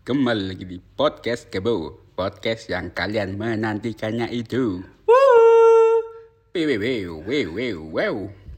Kembali lagi di Podcast Kebo, podcast yang kalian menantikannya itu. Wow.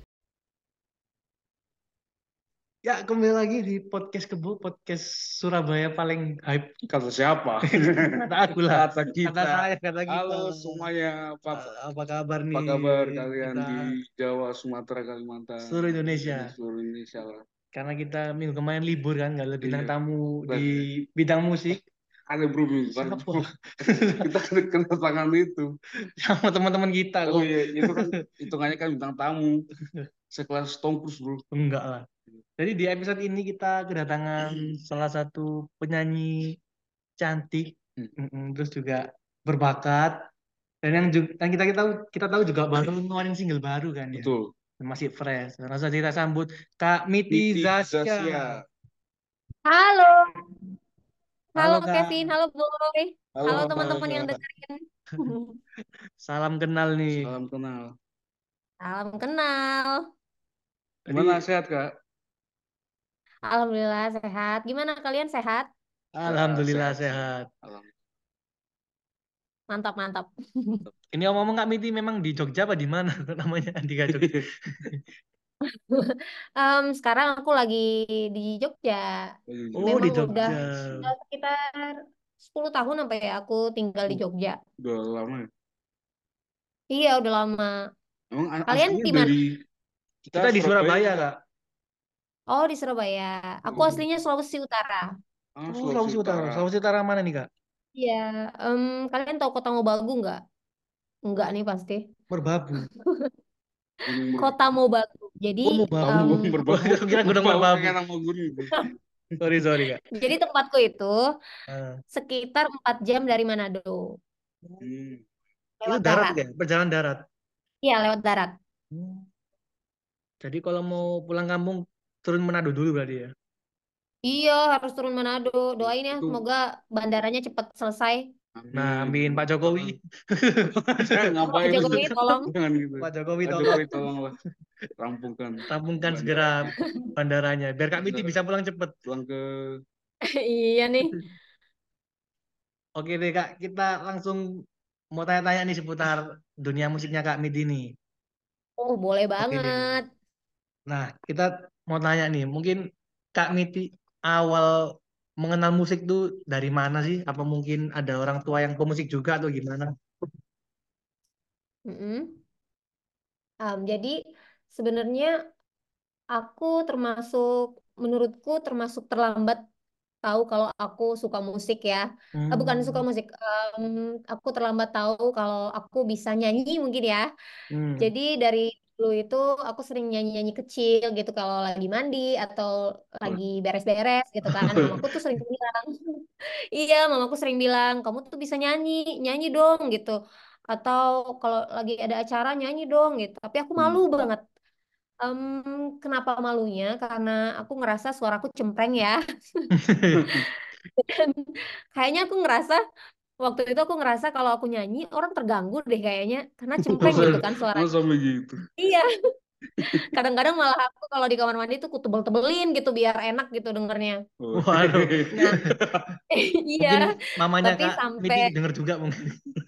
Ya, kembali lagi di podcast Kebu, podcast Surabaya paling hype. Kata siapa? Kata aku lah. Kata kita. Kata saya, kata kita. Halo semuanya, Apa kabar nih? apa kabar kalian Kita di Jawa, Sumatera, Kalimantan, seluruh Indonesia. di seluruh Indonesia lah. Karena kita minggu kemarin libur kan, nggak ada bintang Iya. tamu di bidang musik. Ada bro minggu kan? Siapa? Kita kedatangan itu. Sama teman-teman kita Oh kok. iya, itu kan hitungannya kan bintang tamu. Sekelas Tom Cruise bro. Enggak lah. Jadi di episode ini kita kedatangan salah satu penyanyi cantik, terus juga berbakat. Dan yang juga, dan kita tahu juga baru ngeluarin single baru kan ya. Betul. Masih fresh. Langsung kita sambut Kak Miti Niti Zasya. Zasya. Halo, Halo halo Kak. Kevin, halo Boy, halo Halo, teman-teman yang Kak. dengerin. Salam kenal nih. Salam kenal. Salam kenal. Gimana sehat kak? Alhamdulillah sehat. Gimana kalian sehat? Alhamdulillah Sehat. sehat. Alhamdulillah. Mantap, mantap. Ini ngomong Kak Miti memang di Jogja apa di mana namanya Andika Jogja? Sekarang aku lagi di Jogja. Oh, Memang di Jogja. udah sekitar 10 tahun apa ya aku tinggal di Jogja. Udah lama ya? Iya, udah lama. Emang Kalian aslinya di mana? dari Kita di Surabaya, Kak. Oh, di Surabaya. Aku aslinya Sulawesi Utara. Ah, Oh, Sulawesi Sulawesi Utara. Utara. Sulawesi Utara mana nih, Kak? Iya, kalian tahu Kota Mobagu nggak? Enggak nih pasti. Merbabu. Kota Mobagu. Jadi, Oh, Mobabu. Gunung Merbabu. Aku kira Gunung Merbabu Merbabu. kayak nama gunung itu. Sorry, Kak. jadi tempatku itu Ah. sekitar 4 jam dari Manado. Hmm. Itu Lewat darat darat. ya? Perjalanan darat. Iya, lewat darat. Hmm. Jadi kalau mau pulang kampung turun Manado dulu berarti ya? Iya, harus turun Manado. Doain ya, Itu semoga bandaranya cepat selesai. Nah, amin amin. Pak Jokowi. Jangan Pak ngapain Jokowi, tolong. Jangan gitu. Pak Jokowi Pak tolong Jokowi tolonglah rampungkan rampungkan segera bandaranya biar Kak Miti bisa pulang cepet. pulang ke Iya nih. Oke deh Kak, kita langsung mau tanya-tanya nih seputar dunia musiknya Kak Miti nih. Oh, boleh Oke deh. banget. Nah, kita mau tanya nih, mungkin Kak Miti awal mengenal musik tuh dari mana sih? Apa mungkin ada orang tua yang pemusik juga atau gimana? Mm-mm. Jadi sebenarnya aku menurutku termasuk terlambat tahu kalau aku suka musik ya. Bukan suka Hmm. musik. Aku terlambat tahu kalau aku bisa nyanyi mungkin ya. Hmm. Jadi dari dulu itu aku sering nyanyi-nyanyi kecil gitu kalau lagi mandi atau lagi beres-beres gitu kan. Mamaku tuh sering bilang, iya, mamaku sering bilang, kamu tuh bisa nyanyi, nyanyi dong gitu. Atau kalau lagi ada acara nyanyi dong gitu. Tapi aku malu banget. Kenapa malunya? Karena aku ngerasa suaraku cempreng ya. Dan kayaknya aku ngerasa waktu itu aku ngerasa kalau aku nyanyi orang terganggu deh kayaknya karena cempreng gitu kan Masa suaranya. sampai gitu. Iya, kadang-kadang malah aku kalau di kamar mandi tuh ku tebel-tebelin gitu biar enak gitu dengernya. Waduh, Nah, iya, mungkin mamanya tapi Kak sampai Miti denger juga mungkin.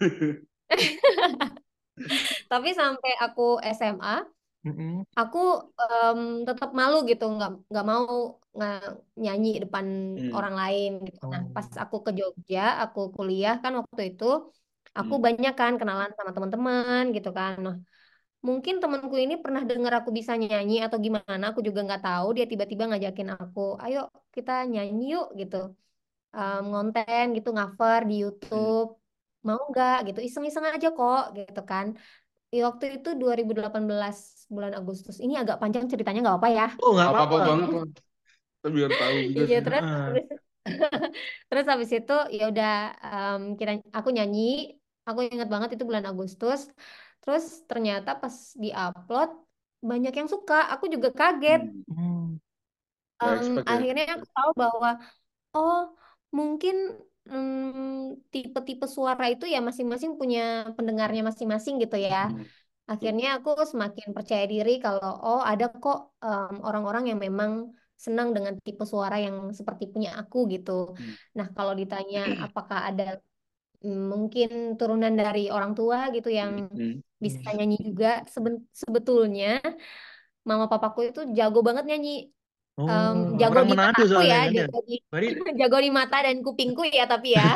tapi sampai aku SMA, Mm-mm. aku tetap malu gitu, nggak mau nggak nyanyi depan orang lain gitu. Nah, Oh. pas aku ke Jogja, aku kuliah kan waktu itu, aku Hmm. banyak kan kenalan sama teman-teman gitu kan. Nah, mungkin temanku ini pernah dengar aku bisa nyanyi atau gimana, aku juga nggak tahu. Dia tiba-tiba ngajakin aku, ayo kita nyanyi yuk gitu. Ngonten gitu, cover di YouTube. Mau nggak gitu, iseng-iseng aja kok gitu kan. Waktu itu 2018 bulan Agustus. Ini agak panjang ceritanya nggak apa ya. Oh, nggak Apa-apa apa-apa. banget lah. Kita biar tahu juga Iya sih. terus Heeh. terus habis itu ya udah aku nyanyi. Aku ingat banget itu bulan Agustus. Terus ternyata pas diupload banyak yang suka. Aku juga kaget. Hmm. Gak expect ya. Akhirnya aku tahu bahwa oh mungkin tipe-tipe suara itu ya masing-masing punya pendengarnya masing-masing gitu ya. Akhirnya aku semakin percaya diri kalau oh ada kok orang-orang yang memang senang dengan tipe suara yang seperti punya aku gitu. Nah, kalau ditanya apakah ada mungkin turunan dari orang tua gitu yang bisa nyanyi juga, sebetulnya mama papaku itu jago banget nyanyi. Jago Orang di Manado mataku soalnya ya, kan ya. jago di Berarti jago di mata dan kupingku ya, tapi ya.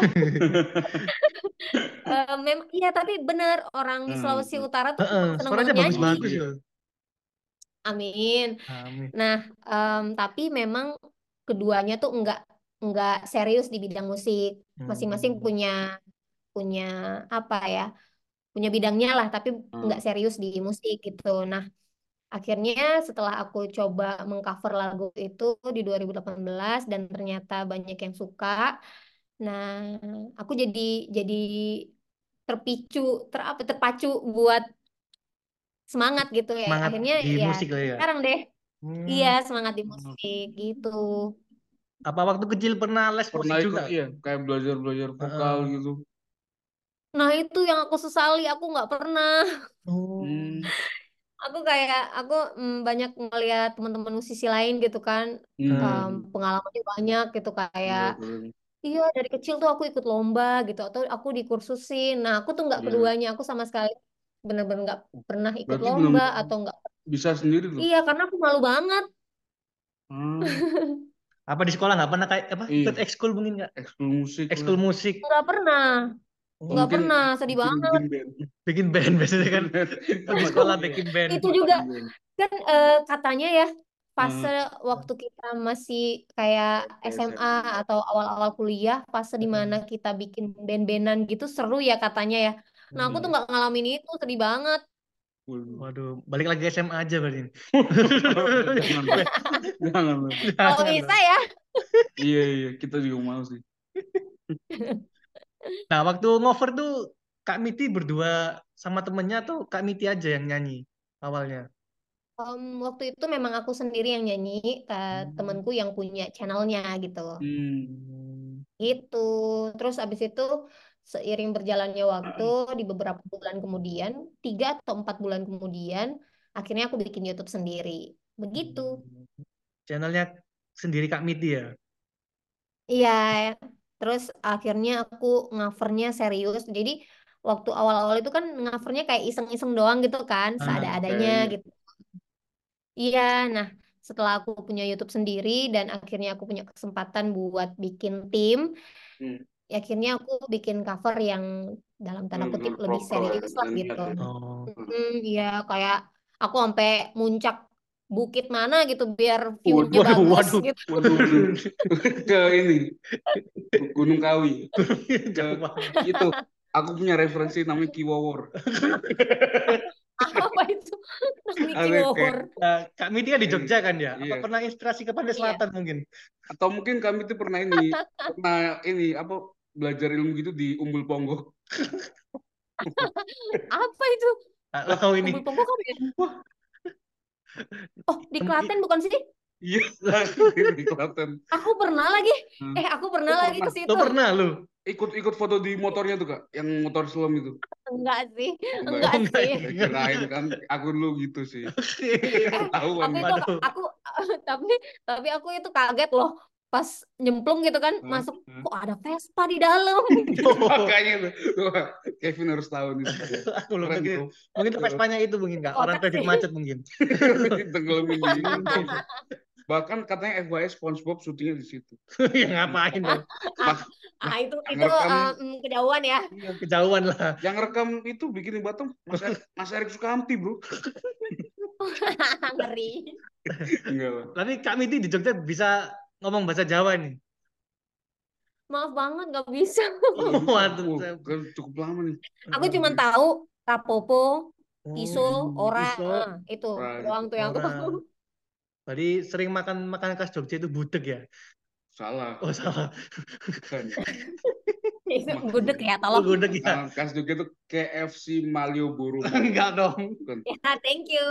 Memang iya, tapi benar orang di Sulawesi Utara tuh memang senang suaranya banget nyanyi. bagus-bagus loh. Amin. Amin. Nah, tapi memang keduanya tuh enggak serius di bidang musik. Masing-masing punya punya apa ya? Punya bidangnya lah, tapi enggak serius di musik gitu. Nah, akhirnya setelah aku coba mengcover lagu itu di 2018 dan ternyata banyak yang suka. Nah, aku jadi terpacu buat semangat gitu ya. Semangat Akhirnya di ya musik lah ya. sekarang deh. Iya, Hmm. semangat di musik gitu. Apa waktu kecil pernah les musik Pernah ikut juga? iya, kayak belajar vokal gitu. Nah, itu yang aku sesali, aku nggak pernah. Oh. Aku banyak ngeliat teman-teman musisi lain gitu kan. Pengalamannya banyak gitu, kayak iya dari kecil tuh aku ikut lomba gitu atau aku dikursusin. Nah, aku tuh nggak keduanya, aku sama sekali bener-bener nggak pernah ikut Berarti lomba benar-benar atau nggak. bisa sendiri tuh. Iya, karena aku malu banget. Apa di sekolah nggak pernah kayak apa? Iya. Ikut ekskul mungkin nggak? Ekskul musik. Ekskul musik. Nggak pernah. Nggak Mungkin pernah, sedih banget. Bikin band biasanya kan. Di sekolah bikin band. Itu juga kan katanya ya fase waktu kita masih kayak SMA atau awal-awal kuliah, fase dimana kita bikin band-bandan gitu seru ya katanya ya. Nah, aku tuh nggak ngalamin itu, sedih banget. Waduh, balik lagi SMA aja berarti. Jangan. Kalau bisa ya. Iya, kita juga mau sih. Nah, waktu ngover tuh Kak Miti berdua sama temennya tuh Kak Miti aja yang nyanyi awalnya. Waktu itu memang aku sendiri yang nyanyi, temanku yang punya channelnya gitu. Gitu. Terus abis itu seiring berjalannya waktu, di beberapa bulan kemudian, 3 atau 4 bulan kemudian, akhirnya aku bikin YouTube sendiri. Begitu. Channelnya sendiri Kak Miti ya. Iya. Terus akhirnya aku ngovernya serius. Jadi waktu awal-awal itu kan ngovernya kayak iseng-iseng doang gitu kan, seada-adanya gitu. Iya, nah setelah aku punya YouTube sendiri dan akhirnya aku punya kesempatan buat bikin tim, akhirnya aku bikin cover yang dalam tanda kutip lebih serius lah gitu. Iya, kayak aku sampai muncak bukit mana gitu biar view-nya bagus gitu. Ke ini Gunung Kawi. Itu aku punya referensi namanya Kiwowor. Apa itu? Kiwowor. Kak Miti kan di Jogja kan ya? Apa pernah inspirasi ke Pantai Selatan mungkin? Atau mungkin kami itu pernah apa belajar ilmu gitu di Umbul Ponggok. Apa itu? Tahu ini. Umbul Ponggok apa ya? Oh, di Klaten bukan sih? Iya, di Klaten. Aku pernah lagi ke situ. Lo pernah lu? Ikut foto di motornya tuh Kak, yang motor selam itu. Enggak sih. Kirain kan aku dulu gitu sih. Ketahuan. Tapi aku itu kaget loh pas nyemplung gitu kan, masuk kok ada Vespa di dalam. Makanya tuh Kevin harus tahu nih. Aku lupa gitu. Mungkin itu Vespanya itu mungkin Kak, orang kredit macet mungkin. Tenggelamin di bahkan katanya FYI SpongeBob syutingnya di situ. Ya ngapain dong? Itu kejauhan ya. Kejauhan lah. Yang rekam itu bikin Batam Mas Erik Sukamti bro. Ngeri. Tapi Kak Miti di Jogja bisa ngomong bahasa Jawa nih. Maaf banget nggak bisa. Waduh, cukup lama nih. Aku cuma tahu rapopo, iso, ora, itu doang tuh yang aku tahu. Berarti sering makan makanan khas Jogja itu budeg ya? Salah. Oh salah. Itu gudeg ya, tolong. Gudeg ya. Khas Jogja itu KFC Malioboro. Enggak dong. Ya, thank you.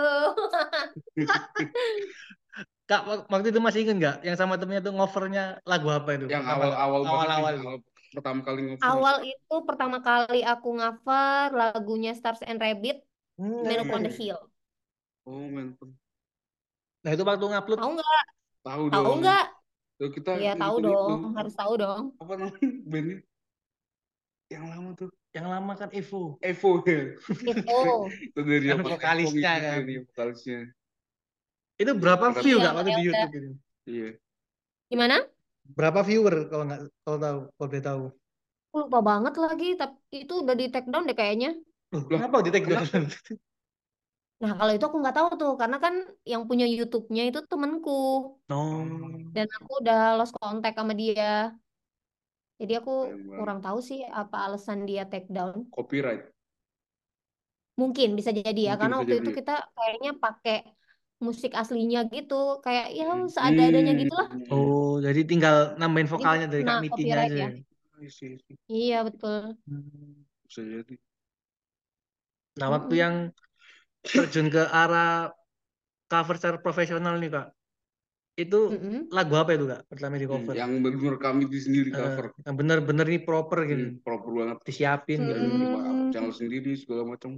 Kak, waktu itu masih ingat nggak yang sama temennya tuh ngovernya lagu apa itu? Yang awal-awal pertama kali ngover. Awal itu pertama kali aku ngover lagunya Stars and Rabbit, Man Upon the Hill. Oh, Man. Nah itu waktu ngupload. Tahu nggak? Tahu Tahu dong. nggak? Tuh kita Iya tahu ikutin itu. dong, harus tahu dong. Apa namanya bandnya? Yang lama tuh. Yang lama kan Evo. Evo ya. Itu. Itu dari Kan apa? Evo vokalisnya gitu kan. ini vokalisnya. Itu Iya, berapa keren. view Iya, Kak nggak waktu di yang udah. YouTube itu? Iya. Gimana? Berapa viewer kalau nggak kalau tahu kalau boleh tahu? Aku lupa banget lagi, tapi itu udah di take down deh kayaknya. Loh, Lah, kenapa di take down? kenapa? Nah, kalau itu aku nggak tahu tuh, karena kan yang punya YouTube-nya itu temenku. No. Dan aku udah lost contact sama dia. Jadi aku Sayang banget. kurang tahu sih apa alasan dia take down. Copyright. Mungkin bisa jadi ya, Mungkin karena bisa waktu jadi. itu kita kayaknya pakai musik aslinya gitu. Kayak ya seada-adanya Hmm. gitulah. Oh, jadi tinggal nambahin Jadi vokalnya dari kena Kak Mitinya copyright aja. ya. Isi. Iya, betul. Bisa jadi. Nah, waktu Mm-mm. yang terjun ke arah cover secara profesional nih Kak, itu Mm-mm. lagu apa itu Kak pertama di cover? Yang benar kami di sendiri cover. Yang bener-bener nih proper gitu, Proper banget. disiapin gitu. Dan Hmm, channel sendiri segala macam.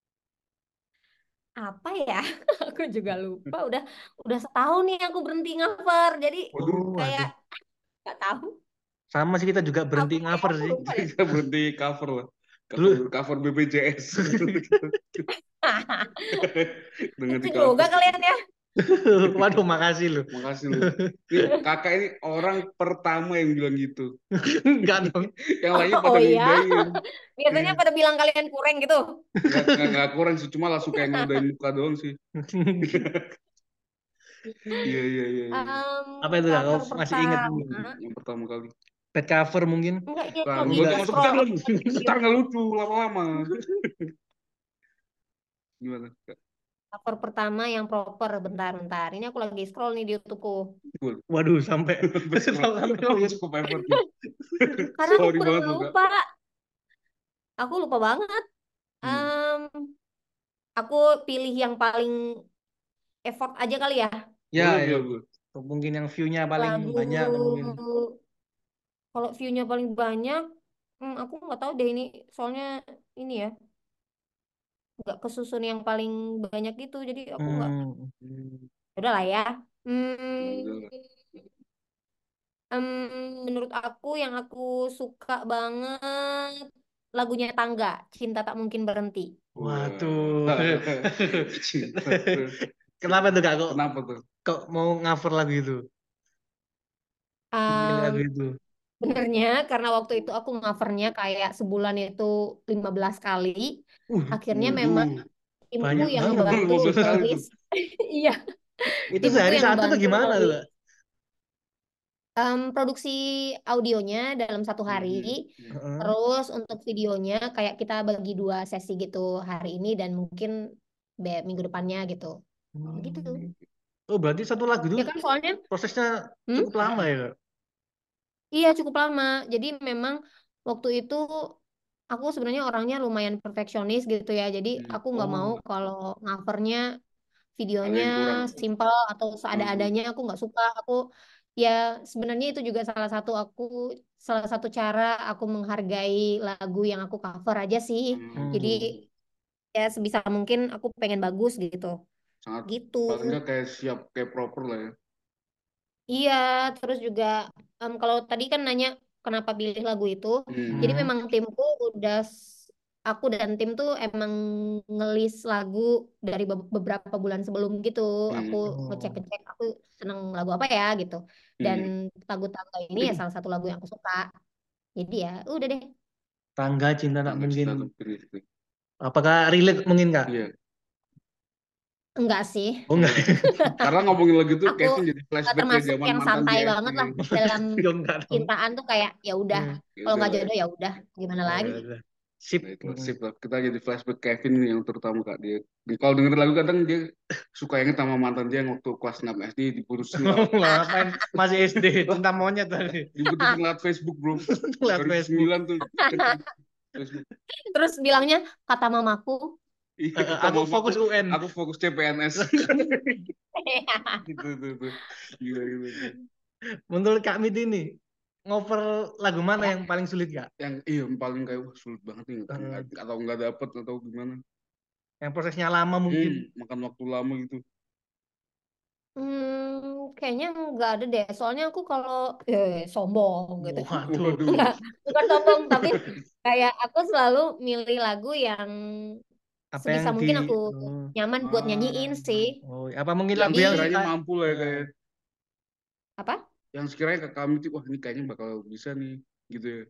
apa ya? Aku juga lupa. Udah setahun nih aku berhenti cover. Jadi Waduh, Oh, kayak waduh. nggak tahu. Sama sih kita juga berhenti cover Aku sih. lupa deh. kita berhenti cover lah. Dulu Cover BPJS. Dengan di Itu juga cover. kalian ya. waduh makasih lu. Makasih lu. Ini kakak ini orang pertama yang bilang gitu. Enggak dong. Yang lainnya Oh pada iya. ngeludahin. Biasanya Iya. pada bilang kalian kurang gitu. Nggak kurang sih, cuma langsung kayak ngeludahin muka doang sih. Iya, iya, iya, iya. Apa itu Kak? Kau Cover masih ingat pertama. Yang pertama kali. bad cover mungkin? Enggak, ini Nah, lagi enggak Enggak. jangan scroll sebentar dong. video Ntar nggak lucu lama-lama. Gimana? Kak? cover pertama yang proper. Bentar. Ini aku lagi scroll nih di YouTubeku. Cool. Waduh sampai Sampai sampai cukup effort nih. Karena aku Sorry udah banget loh, Kak. lupa. Aku lupa banget. Hmm. Em, aku pilih yang paling effort aja kali ya. ya, Boleh, ya. boleh, boleh. Mungkin yang view-nya paling Lagu banyak atau mungkin kalau view-nya paling banyak, aku nggak tahu deh ini. Soalnya ini ya, nggak kesusun yang paling banyak gitu. Jadi aku nggak. Hmm. Udah lah ya. Ya Hmm, udah. menurut aku yang aku suka banget lagunya Tangga, Cinta Tak Mungkin Berhenti. waduh. Cinta. Kenapa tuh Kak? Kenapa tuh? Kok mau cover lagu itu? Milih Em, lagu itu. Benernya karena waktu itu aku covernya kayak sebulan itu 15 kali. Akhirnya memang Waduh. timku Banyak yang banget. bantu 15 kali tuh. ngelis. Iya, Itu timku sehari yang satu tuh bantu gimana tuh ngelis Kak? produksi audionya dalam satu hari. Heeh. Terus untuk videonya kayak kita bagi dua sesi gitu, hari ini dan mungkin minggu depannya gitu. Begitu. Oh, berarti satu lagu itu Ya kan soalnya, prosesnya hmm? cukup lama ya Kak? Iya cukup lama. Jadi memang waktu itu aku sebenarnya orangnya lumayan perfeksionis gitu ya. Jadi aku nggak mau Oh. kalau covernya Ada videonya yang kurang. simple atau seada-adanya. Aku nggak suka. Aku ya sebenarnya itu juga salah satu cara aku menghargai lagu yang aku cover aja sih. Jadi ya sebisa mungkin aku pengen bagus gitu. Sangat Gitu. paling nggak kayak siap kayak proper lah ya. Iya, terus juga kalau tadi kan nanya kenapa pilih lagu itu, jadi Hmm. memang timku aku dan tim tuh emang ngelis lagu dari beberapa bulan sebelum gitu. Aku Oh. ngecek-ngecek aku seneng lagu apa ya gitu. Dan lagu Tangga ini ya salah satu lagu yang aku suka. Jadi ya udah deh. Tangga cinta tak Tangga mungkin. cinta tuh pilih. Apakah relate mungkin Kak? Iya. Enggak sih. Oh enggak. Karena ngomongin lagi tuh Aku Kevin jadi flashback ke termasuk zaman yang mantan santai dia SD. banget lah dalam Oh enggak dong. cintaan tuh kayak ya udah. Ya Kalau udah nggak lah ya. jodoh ya udah. Gimana Ya, lagi? udah. Sip. Nah, itu sip lah. Kita jadi flashback Kevin nih yang terutama Kak dia. Kalau dengerin lagu kadang dia suka inget sama mantan dia yang waktu kelas 6 SD diputusin lewat Ngapain masih SD cinta monyet tadi. diputusin lewat Facebook bro. Lihat Facebook. 2009 tuh Facebook. Terus bilangnya kata mamaku. Iya, kata Aku mama fokus UN. aku fokus CPNS. Gitu tuh. Gila, gila, gila. Menurut Kak Mit ini ngover lagu mana yang paling sulit Kak? Yang paling kayak wah, sulit banget nih atau nggak dapet atau gimana. Yang prosesnya lama mungkin. Makan waktu lama gitu. Kayaknya nggak ada deh. Soalnya aku kalau sombong gitu. Waduh. Waduh. Enggak, bukan sombong, tapi kayak aku selalu milih lagu yang Apa yang sebisa di mungkin aku oh, nyaman buat nyanyiin sih. oh, apa mungkin Yang lagu Jadi yang sekiranya suka mampu lah ya eh, kayak apa? yang sekiranya ke kami tuh wah ini kayaknya bakal bisa nih gitu ya.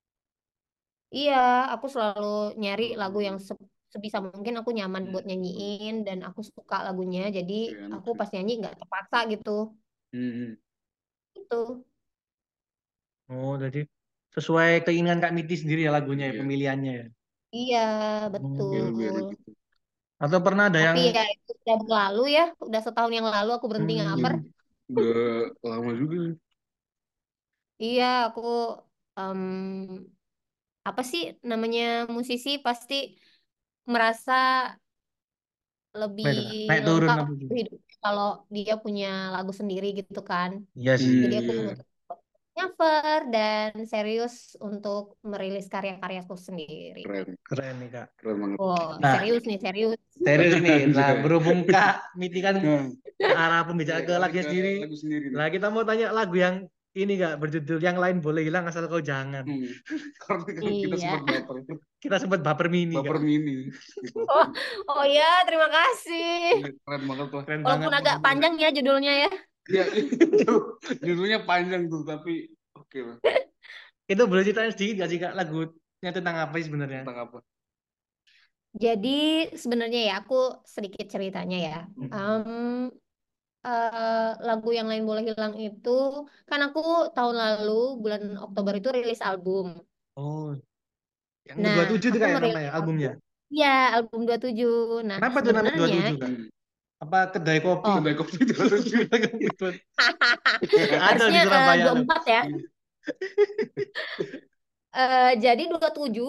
Iya, aku selalu nyari lagu yang Hmm, sebisa mungkin aku nyaman buat nyanyiin dan aku suka lagunya. Jadi ya, enak aku sih. pas nyanyi nggak terpaksa gitu. Hmm. Itu. oh jadi sesuai keinginan Kak Miti sendiri ya lagunya ya Iya, pemilihannya ya. Iya, Oh. iya lebih enak betul. gitu. Atau pernah ada yang Tapi ya itu udah berlalu ya, udah setahun yang lalu aku berhenti ngaper. hmm, Udah lama juga sih. Iya, aku em, apa sih namanya musisi pasti merasa apa lebih itu Kak? Naik turun lengkap apa gitu. hidupnya kalau dia punya lagu sendiri gitu kan. Iya sih. Jadi aku Iya, mutusin buat nyover dan serius untuk merilis karya-karyaku sendiri. keren, Keren nih Kak. keren banget. Oh, Nah, serius nih, serius. serius ini. Nah, Anjay. berhubung Kak Miti kan Nah, ke arah ya, pembicaraan ke lari lagunya ke sendiri. lagu sendiri nih. Lah kita mau tanya lagu yang ini Kak berjudul Yang Lain Boleh Hilang Asal Kau Jangan. Hmm. Karena kita Iya. sempat baper, Kita sebut baper mini baper Kak. mini gitu. Oh, oh ya, terima kasih. Iya, keren banget lah. Keren banget Walaupun agak lagunya. panjang ya judulnya ya. Ya itu judulnya panjang tuh tapi oke lah. Itu boleh ceritain sedikit gak sih Kak lagunya tentang apa sih sebenarnya? Tentang apa? Jadi sebenarnya ya aku sedikit ceritanya ya. Hmm. Em, Lagu Yang Lain Boleh Hilang itu kan aku tahun lalu bulan Oktober itu rilis album. Oh, yang Nah, ke-27 itu aku kayak merilis namanya albumnya. album. Ya, album 27. Nah, Kenapa tuh namanya sebenarnya 27 Kak? Hmm. Apa kedai kopi? oh Kedai kopi terus. Kedai kopi tuh. Ada di harusnya Surabaya loh. 24 ya. Jadi 27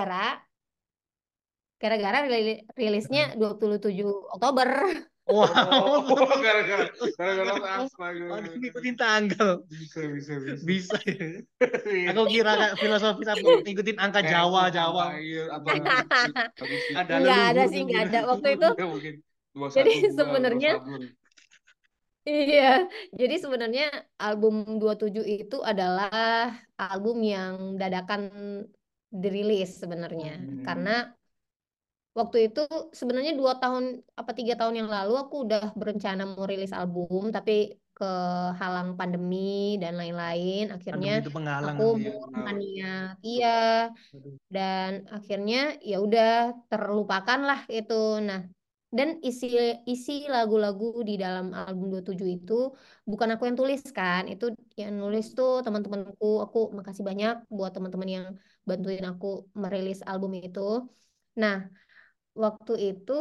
gara-gara rilisnya 27 Oktober. Wow. Oh, gara-gara astaga. Waduh, ngikutin tanggal. Bisa. Bisa ya. Aku kira kayak filosofis apa ngikutin angka Kayak Jawa, angka Jawa. iya atau habis Ada Nggak ada leluhur sih, tuh nggak kira. ada waktu itu. ya mungkin Jadi 212 atau sebenarnya sablon. iya, jadi sebenarnya album 27 itu adalah album yang dadakan dirilis sebenarnya. Karena waktu itu sebenarnya 2 tahun apa 3 tahun yang lalu aku udah berencana mau rilis album, tapi kehalang pandemi dan lain-lain. Akhirnya Pandemi itu penghalang aku nanti ya. mengurungkan Nah, niat. Iya, Aduh. dan akhirnya ya udah terlupakan lah itu. Nah, dan isi isi lagu-lagu di dalam album 27 itu bukan aku yang tulis kan. Itu yang nulis tuh teman-temanku. Aku makasih banyak buat teman-teman yang bantuin aku merilis album itu. Nah, waktu itu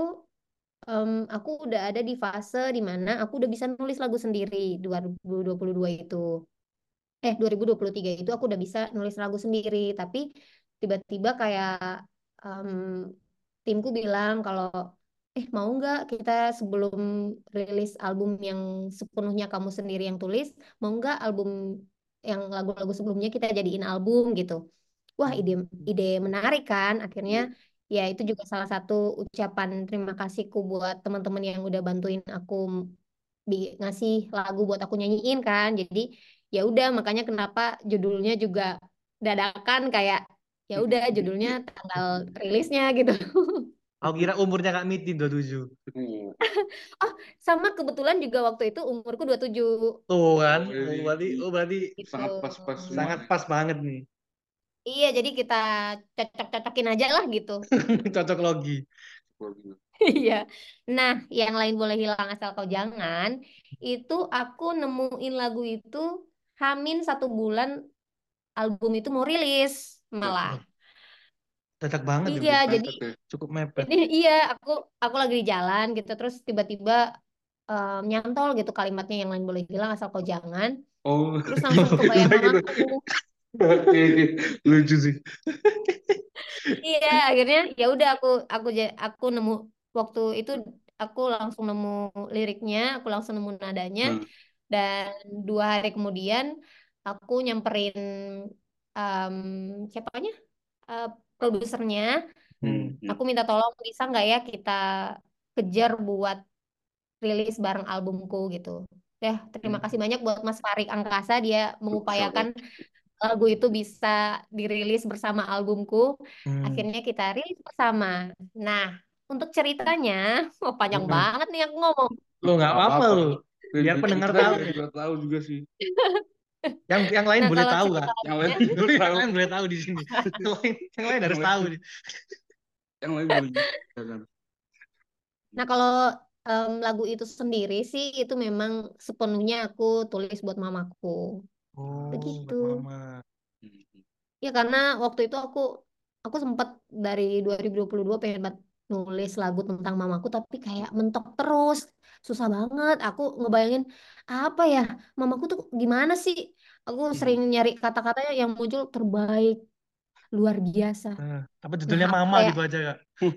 aku udah ada di fase di mana aku udah bisa nulis lagu sendiri 2022 itu. 2023 itu aku udah bisa nulis lagu sendiri, tapi tiba-tiba kayak em, timku bilang kalau mau nggak kita sebelum rilis album yang sepenuhnya kamu sendiri yang tulis, mau nggak album yang lagu-lagu sebelumnya kita jadiin album gitu. Wah, ide ide menarik kan. Akhirnya iya. ya itu juga salah satu ucapan terima kasihku buat teman-teman yang udah bantuin aku ngasih lagu buat aku nyanyiin kan. Jadi ya udah makanya kenapa judulnya juga dadakan kayak ya udah judulnya tanggal rilisnya gitu. Aku kira umurnya Kak Miti 27. Hmm. Oh, sama kebetulan juga waktu itu umurku 27 Tuh kan. Oh, Oh berarti gitu. sangat pas-pas semua sangat nih. pas banget nih. Iya, jadi kita cocok-cocokin aja lah gitu. Cocok logi. Iya. Nah, yang lain boleh hilang asal kau jangan. Itu aku nemuin lagu itu Hamin 1 bulan album itu mau rilis Wah, malah. Dadak banget ya Iya, berarti. jadi mepet ya. Cukup mepet. ini iya aku lagi di jalan gitu terus tiba-tiba nyantol gitu kalimatnya yang lain boleh hilang asal kau jangan. Oh, Terus langsung bisa kebayang sama gitu. aku. Oke. Lucu sih. Iya, akhirnya ya udah aku nemu waktu itu aku langsung nemu liriknya, aku langsung nemu nadanya Hmm. dan 2 hari kemudian aku nyamperin em, siapanya Eh, produsernya. Hmm. Aku minta tolong bisa nggak ya kita kejar buat rilis bareng albumku gitu. Ya, terima kasih banyak buat Mas Farik Angkasa, dia Shout mengupayakan out. lagu itu bisa dirilis bersama albumku. Akhirnya kita rilis bersama. Nah, untuk ceritanya, oh panjang banget nih aku ngomong. Lo nggak Gak apa-apa apa-apa. lo. Biar pendengar tahu. Kita juga tahu juga sih. Yang lain Nah, boleh kalau tahu Kak. Yang lain ceritanya, boleh Yang tahu. lain boleh tahu di sini. Yang lain harus Yang tahu lain, nih. yang lain boleh. Jangan. nah kalau lagu itu sendiri sih, itu memang sepenuhnya aku tulis buat mamaku. Oh, Begitu. buat mama. Ya karena waktu itu aku sempat dari 2022 pengen banget nulis lagu tentang mamaku tapi kayak mentok terus. Susah banget. Aku ngebayangin apa ya? Mamaku tuh gimana sih? Aku sering nyari kata-katanya yang muncul terbaik, luar biasa. Apa Nah, judulnya aku mama kayak gitu aja Kak.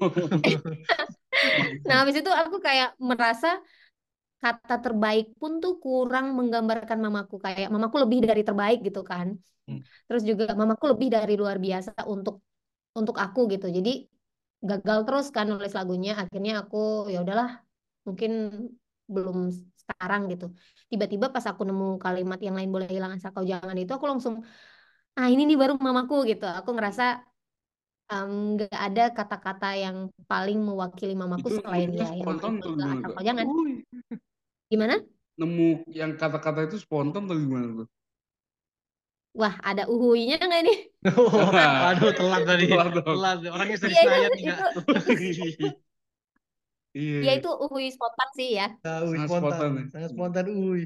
nah habis itu aku kayak merasa kata terbaik pun tuh kurang menggambarkan mamaku, kayak mamaku lebih dari terbaik gitu kan. Hmm. Terus juga mamaku lebih dari luar biasa untuk aku gitu. Jadi gagal terus kan nulis lagunya. Akhirnya aku ya udahlah, mungkin belum sekarang gitu. Tiba-tiba pas aku nemu kalimat yang lain boleh hilang asal kau jangan itu, aku langsung ini nih baru mamaku gitu. Aku ngerasa nggak ada kata-kata yang paling mewakili mamaku Itu selain nemunya ya yang lain spontan boleh atau hilang gimana asal Kak? kau jangan. Gimana? Nemu yang kata-kata itu spontan atau gimana tuh? Wah, ada uhuinya nggak nih? Waduh, telat tadi. Telat dong. Telat. Orangnya dari Iya Senayan nih Kak. itu Iya, ya itu uhui spontan sih ya. Tahu sangat spontan. spontan ya. Sangat spontan.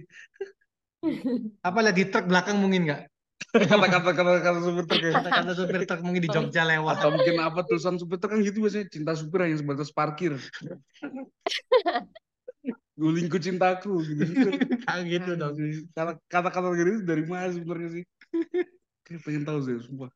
Apa lagi truk belakang mungkin nggak? Kata-kata supir truk ya. Kata-kata supir truk mungkin di Jogja lewat. Atau mungkin apa tulisan supir truk kan gitu biasanya, cinta supir hanya sebatas parkir. Gulingku cintaku gitu. Kayak gitu dong. Kata-kata gitu dari mana sebenarnya sih? Kayak pengen tahu sih, sumpah.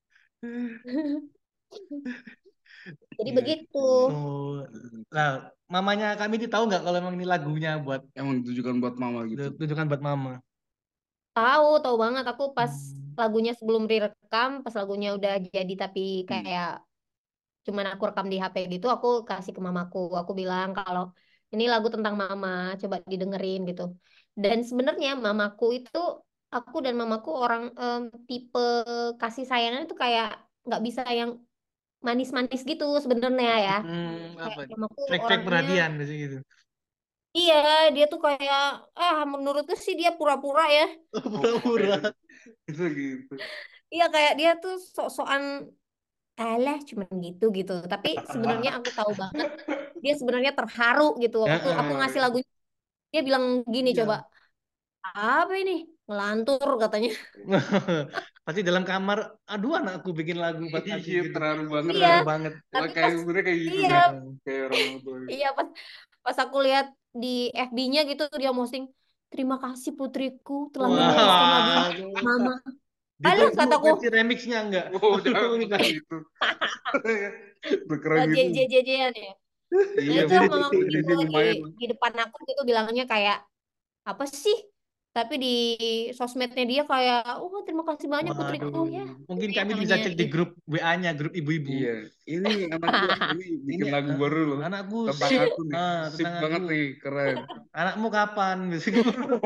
Jadi Iya. begitu. Oh, nah, mamanya kami ini tahu nggak kalau emang ini lagunya buat Emang ditujukan buat mama gitu. tunjukkan buat mama. Tahu banget aku pas Hmm. lagunya sebelum direkam, pas lagunya udah jadi tapi Hmm. kayak cuman aku rekam di HP gitu, aku kasih ke mamaku. Aku bilang kalau ini lagu tentang mama, coba didengerin gitu. Dan sebenarnya mamaku itu, aku dan mamaku orang tipe kasih sayangnya itu kayak nggak bisa yang manis-manis gitu sebenarnya ya. Kayak Apa? mamaku Fake-fake orangnya, perhatian biasanya gitu. iya dia tuh kayak, menurutku sih dia pura-pura ya. Pura-pura. Itu gitu. Iya kayak dia tuh sok-sokan alah cuman gitu gitu. Tapi sebenarnya aku tahu banget dia sebenarnya terharu gitu waktu aku ngasih lagu. Dia bilang gini, coba Iya. apa ini ngelantur katanya. Pasti dalam kamar, aduh anakku bikin lagu buat aku Iya, gitu. terharu banget. Iya, Terharu banget. Wah, tapi kayak pas sebenarnya kayak gitu iya sih. Kayak orang tua. iya pas aku lihat di FB-nya gitu dia posting, terima kasih putriku telah menuliskan lagu ini Wah, untuk Mama. Alah ditunggu kataku, versi remixnya enggak? Wow, jangan gitu. Berkeren gitu. JJJ-an ya. Nah Iya, itu mamaku jadi gitu lumayan lah. di depan aku gitu bilangnya kayak apa sih? Tapi di sosmednya dia kayak, oh terima kasih banyak putriku Waduh, ya. mungkin Ini kami bisa hanya cek di itu. grup WA-nya, grup ibu-ibu. Iya, ini anakku ini Ini bikin lagu baru loh anakku tentang sip, aku nih. Sip tentang banget aku. nih, keren. Anakmu kapan? Biasanya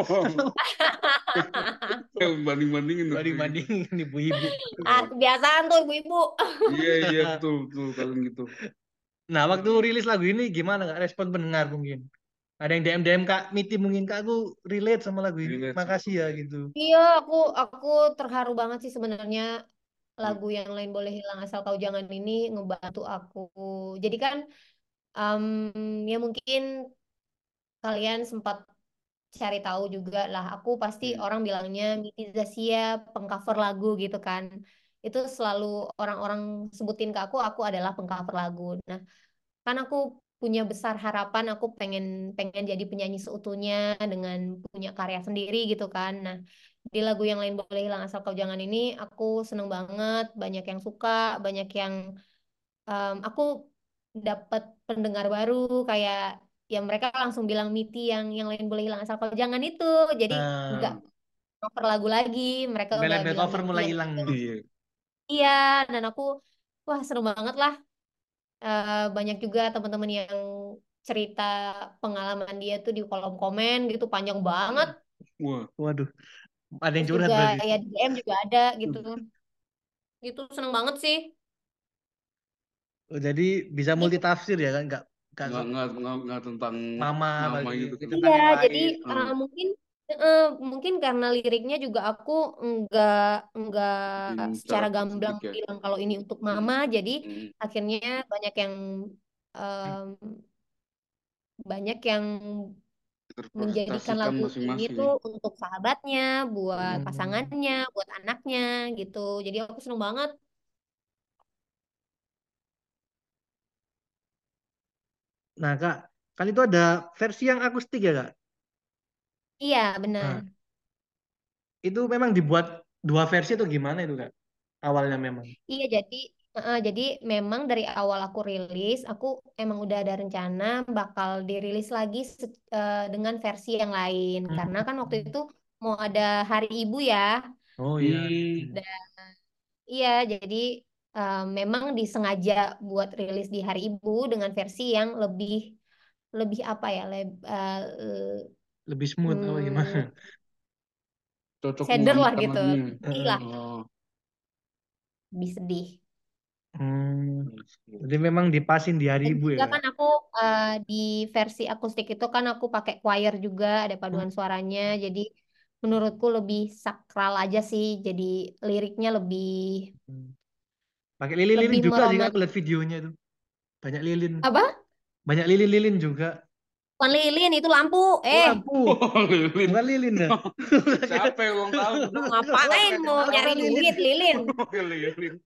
Banding-bandingin tuh. dibandingin ibu-ibu. Kebiasaan tuh ibu-ibu. Iya, iya betul, betul kalian gitu. Nah, waktu rilis lagu ini gimana nggak respon pendengar mungkin? Ada yang DM Kak Miti mungkin Kak aku relate sama lagu ini. Relate. Makasih ya gitu. Iya, aku terharu banget sih sebenarnya Hmm. lagu yang lain boleh hilang asal kau jangan ini ngebantu aku. Jadi kan em, ya mungkin kalian sempat cari tahu juga lah. Aku pasti Hmm. orang bilangnya Miti Zasia pengcover lagu gitu kan. Itu selalu orang-orang sebutin ke aku adalah pengcover lagu. Nah, kan aku punya besar harapan aku pengen pengen jadi penyanyi seutuhnya dengan punya karya sendiri gitu kan. Nah, di lagu yang lain boleh hilang asal kau jangan ini aku seneng banget, banyak yang suka, banyak yang aku dapat pendengar baru kayak ya mereka langsung bilang Miti yang lain boleh hilang asal kau jangan itu. Jadi nggak Nah, cover lagu lagi, mereka udah label bilang cover Miti mulai yang hilang. Iya. iya dan aku wah seru banget lah. Banyak juga teman-teman yang cerita pengalaman dia tuh di kolom komen gitu panjang banget. Wah. Waduh, ada yang Terus curhat juga berarti. ya di DM juga ada gitu. Gitu seneng banget sih. Oh, jadi bisa multi tafsir ya kan? Nggak Nggak tentang mama mama berarti gitu kan. tentang Iya, yang jadi lain. Hmm. mungkin karena liriknya juga aku enggak Bikin secara secara gamblang spesifik ya. bilang kalau ini untuk mama, jadi Hmm. akhirnya em, banyak yang menjadikan Interpretasikan lagu ini masing-masing tuh ya. untuk sahabatnya, buat Hmm. pasangannya, buat anaknya gitu. Jadi aku seneng banget. Nah kak, kan itu ada versi yang akustik ya kak? Iya, benar. Nah, itu memang dibuat dua versi atau gimana itu kak? Awalnya memang. Iya, jadi memang dari awal aku rilis, aku emang udah ada rencana bakal dirilis lagi dengan versi yang lain. Karena kan waktu Hmm. itu mau ada Hari Ibu ya. Oh iya. Hmm. Dan iya, jadi memang disengaja buat rilis di Hari Ibu dengan versi yang lebih lebih apa ya, Lebih smooth apa gimana? hmm, Cocok sadder lah mengamalkan gitu, lagunya. lebih sedih Heeh. lah, Oh. lebih sedih. Hmm. Jadi memang dipasin di hari Dan ibu ya juga kak? kan aku di versi akustik itu kan aku pakai choir juga, ada Hmm. paduan suaranya. Jadi menurutku lebih sakral aja sih. Jadi liriknya lebih Pakai lilin-lilin lebih juga sih kak, aku lihat meromantis. videonya itu. Banyak lilin. Apa? Banyak lilin-lilin juga. Bukan lilin, itu lampu. Oh lampu. Oh, lilin. Bukan lilin dah. Siapa yang ulang tahun? Mau Siapa ngapain? yang Mau ulang Aku nyari kira tahun? lilin. duit, lilin. Oh, lilin.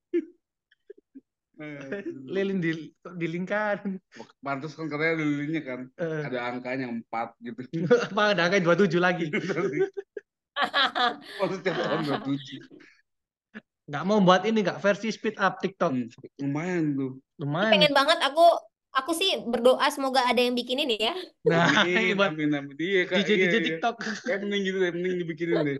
Lilin di lingkaran. Pantas kan katanya lilinnya kan Eh, ada angkanya 4 gitu. apa ada kayak 27 lagi. Oh, setiap tahun 27. Nggak mau buat ini kak, versi speed up TikTok. Lumayan tuh. Ini Lumayan. pengen banget aku sih berdoa semoga ada yang bikin ini ya. Nah, ini Amin, buat amin, amin. Iya, Kak. DJ Iya, DJ iya. TikTok. Kayak mending gitu deh, mending dibikinin deh.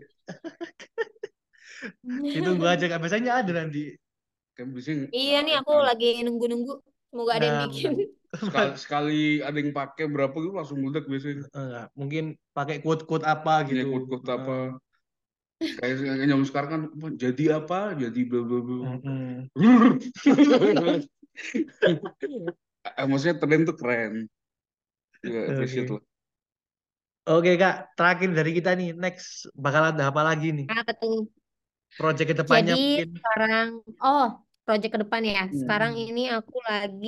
Ditunggu aja kak, biasanya ada nanti. Kan biasanya Iya nih aku lagi nunggu-nunggu semoga ada yang Nah, bikin. sekali, sekali ada yang pakai berapa gitu langsung meledak biasanya. enggak, mungkin pakai quote-quote apa Punya gitu. quote-quote apa. Kayak yang zaman sekarang kan apa, jadi apa? Jadi bla bla bla. Mm-mm. Maksudnya tren tuh keren. Ya, appreciate Oke. lah. Oke kak, terakhir dari kita nih, next bakal ada apa lagi nih? Apa tuh? Project kedepannya Jadi mungkin. sekarang, oh, project ke depan ya. Sekarang Hmm. ini aku lagi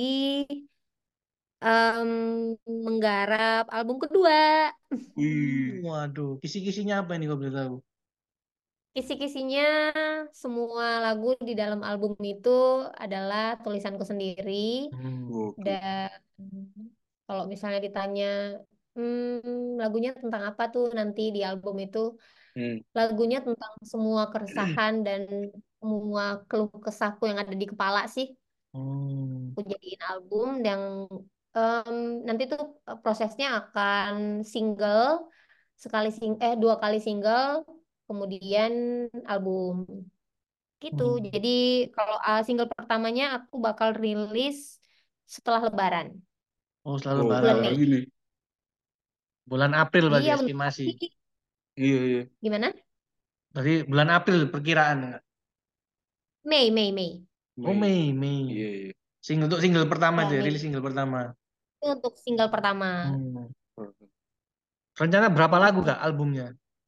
em, menggarap album kedua. Wih. Waduh, kisi-kisinya apa ini kau boleh tahu? Kisi-kisinya semua lagu di dalam album itu adalah tulisanku sendiri. Oke. Dan kalau misalnya ditanya, lagunya tentang apa tuh nanti di album itu, Hmm. lagunya tentang semua keresahan dan semua keluh kesahku yang ada di kepala sih. Hmm. Aku jadiin album yang em, nanti tuh prosesnya akan single dua kali single kemudian album gitu. Hmm. Jadi kalau single pertamanya aku bakal rilis setelah Lebaran Oh, selalu Oh, lebaran. bulan bentar Mei. lagi nih. Bulan April bagi Iya bentar estimasi. lagi. Iya, iya. Gimana? Berarti bulan April perkiraan. Kak. Mei. Oh, Mei. Mei, Iya, Mei. iya. Single untuk single pertama Ya deh, rilis Mei. single pertama. Itu untuk single pertama. Hmm. Rencana berapa lagu Gitu. kak albumnya?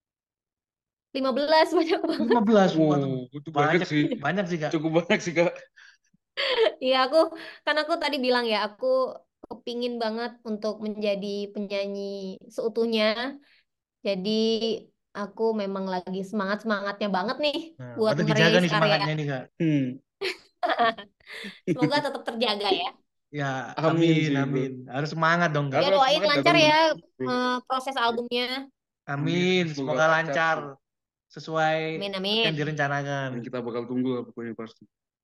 15 banyak banget. 15. Waduh, Wow, itu banyak banyak, sih. banyak sih kak. Cukup banyak sih, Kak. Iya aku tadi bilang ya aku kepingin banget untuk menjadi penyanyi seutuhnya. Jadi aku memang lagi semangat-semangatnya banget nih Nah, buat patut dijaga merilis nih karya. semangatnya nih kak. Hmm. Semoga tetap terjaga ya. Ya, Amin amin, sih, bro. amin. Harus semangat dong kak. Ya Harus doain semangat lancar datang, ya bro. proses albumnya. Amin, Semoga semoga lancar. lancar sesuai Amin yang amin. direncanakan. Dan kita bakal tunggu lah pokoknya pasti.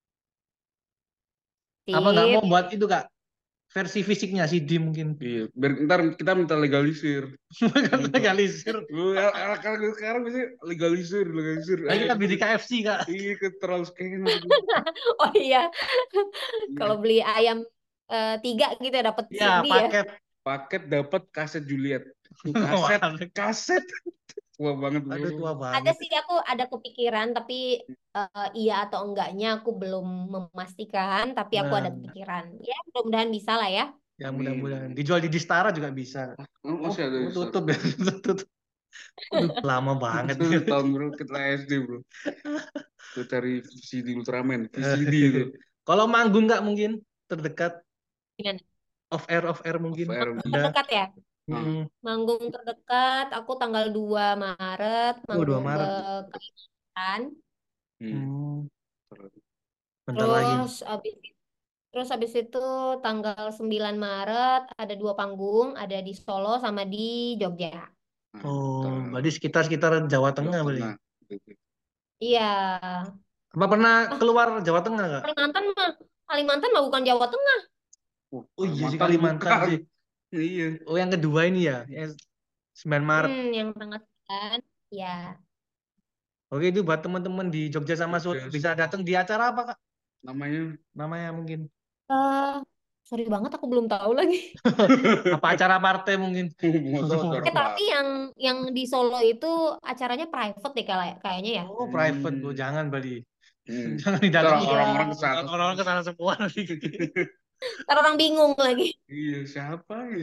Apa nggak mau Sip. buat itu kak? Versi fisiknya CD mungkin. Iya, biar ntar kita minta legalisir. Legalisir. Karena sekarang bisa legalisir, legalisir. Ayo kita beli di KFC kak. Iya, terlalu skena gitu. Oh iya, Iya. kalau beli ayam 3 gitu ya dapat Ya, CD ya. paket. Paket dapat kaset Juliet. Tuh, Wah, kaset. Tua banget aduh, bro. tua Ada banget. sih aku ada kepikiran tapi iya atau enggaknya aku belum memastikan tapi aku ada Nah, kepikiran. Ya mudah-mudahan bisa lah ya. ya mudah-mudahan. Amin. Dijual di Distara juga bisa. Oh, Oh, masih ada di tutup ya. Tutup. Aduh, lama banget. Itu tahun bro kita SD bro. Gue cari VCD Ultraman, VCD itu. Kalau manggung nggak mungkin terdekat Gimana? off air mungkin Fair. ada. Terdekat ya? Ah, Manggung terdekat aku tanggal 2 Maret Oh, 2 manggung ke Maret. Kalimantan. hmm. Hmm, bentar lagi. Terus habis itu tanggal 9 Maret ada 2 panggung, ada di Solo sama di Jogja. Nah, Oh, berarti ntar sekitar Jawa Jawa Tengah berarti. Tengah. Gitu. Iya. Apa pernah Ah, keluar Jawa Tengah nggak? Kalimantan mah bukan Jawa Tengah. Oh iya sih Kalimantan Kalimantan bukan. sih. Iya. Oh yang kedua ini ya, yang 9 Maret. Yang tanggal 9. Ya. Oke itu buat teman-teman di Jogja sama Solo Jogja. bisa datang di acara apa Kak? Namanya Namanya mungkin Eh, sorry banget aku belum tahu lagi. apa acara partai mungkin? motor acara apa? Tapi yang di Solo itu acaranya private deh kayaknya ya. Oh private, oh Hmm. jangan berarti. Hmm. Jangan Ntar didatangi. Iya. orang-orang kesana. Orang-orang ke sana semua nanti. Ntar orang bingung lagi. Iya, siapa ya?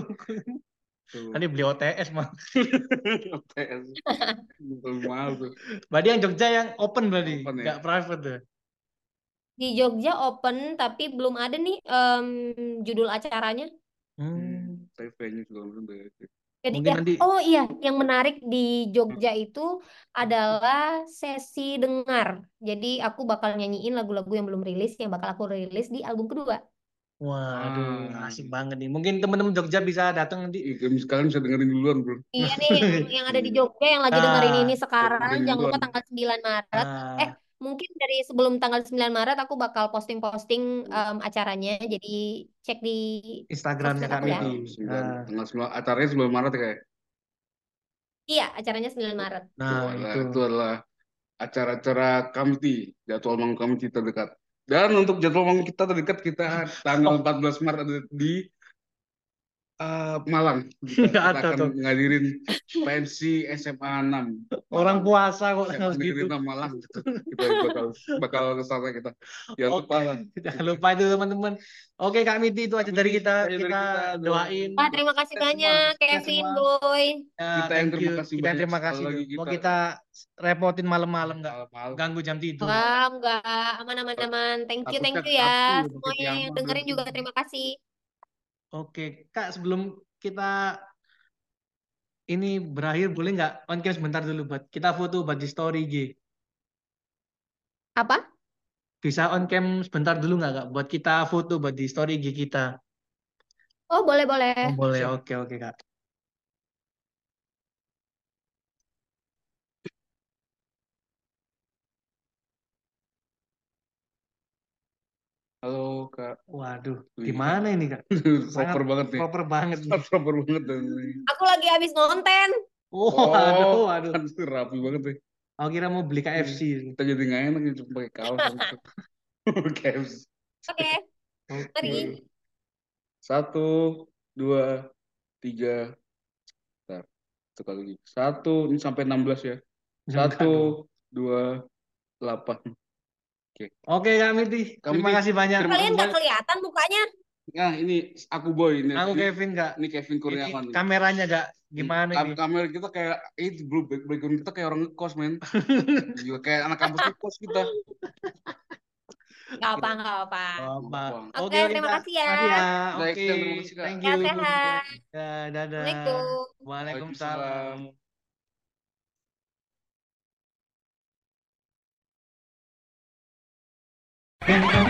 Tuh. Nanti beli OTS mah. OTS. Lebih mahal tuh. Berarti yang Jogja yang open berarti, Open ya? nggak private tuh. Di Jogja open tapi belum ada nih judul acaranya. Hmm, Tapi venue juga belum ada. Jadi mungkin ya, nanti. oh iya, yang menarik di Jogja itu adalah sesi dengar. Jadi aku bakal nyanyiin lagu-lagu yang belum rilis, yang bakal aku rilis di album kedua. Waduh, Ah, asik banget nih. Mungkin teman-teman Jogja bisa datang nanti. iya, kalian bisa dengerin duluan bro. Iya nih, yang ada di Iya, Jogja yang lagi dengerin ini Nah, sekarang. dengerin Jangan lupa duluan. tanggal 9 Maret. Eh, nah, mungkin dari sebelum tanggal 9 Maret aku bakal posting-posting acaranya. Jadi cek di Instagramnya sosmed Kak aku ya. Miti. Tanggal 9, Nah, tanggal 9, acaranya 9 Maret ya kayak. Iya, acaranya 9 Maret. nah itu. Itu adalah acara-acara Kamti, jadwal manggung Kamti terdekat. Dan untuk jadwal manggung kita terdekat, kita tanggal 14 Maret ada di Malang. Nggak Kita ada akan tuh. ngadirin pensi SMA 6 Orang Malang. puasa kok SMA harus Negeri gitu. 6 Malang. Gitu. Kita bakal ke sana kita. Ya Oke, lupa lah. jangan lupa itu teman-teman. Oke Kak Miti itu aja dari kita. Dari Kita kita doain Wah, terima kasih sukses semua. banyak, kita Kevin, semua. Boy. Ya, Kita yang thank terima you. kasih Kita yang banyak terima sekali kasih lagi tuh. Mau kita kita repotin malam-malam nggak malam-malam. ganggu jam tidur. Wah, enggak, aman-aman. Thank Takutnya you ya. aku pakai Semuanya yang piyama dan dengerin juga terima kasih. Oke, Kak, sebelum kita ini berakhir, boleh nggak on cam sebentar dulu buat kita foto buat di story G. Apa? Bisa on cam sebentar dulu nggak Kak? Buat kita foto buat di story G kita. Oh, boleh. Oh, boleh. Siap. Oke, Kak. Halo Kak. Waduh, Wih. gimana ini Kak? Sangat Proper banget nih. proper banget nih. Proper banget dan Aku lagi habis ngonten. Oh, waduh. kan rapi banget nih. Aku kira mau beli KFC. Kita jadi nggak enak nih cuma pakai kaos. KFC. Oke, mari. Oke. 1, 2, 3. Bentar. Sekali lagi. 1, ini sampai 16 ya. Enggak 1, dong. 2, 8. Oke. Oke Kak Miti, Kak terima Miti, kasih banyak. terima Kalian kasih nggak banyak. kelihatan mukanya? Nah, ini aku Boy. Aku Kevin Kak. Ini Kevin Ini Kurniawan. kameranya Kak, gimana ini? Kamera kita kayak itu bro, background kita kayak orang ngekos men. Juga kayak anak kampus ngekos kita. Nggak apa. Apa? Oke, terima Kak. kasih ya. Makasih ya. Baik, Oke, terima kasih, Kak. thank you. Sehat-sehat. Ya, dadah. Assalamualaikum. Waalaikumsalam. Waalaikumsalam.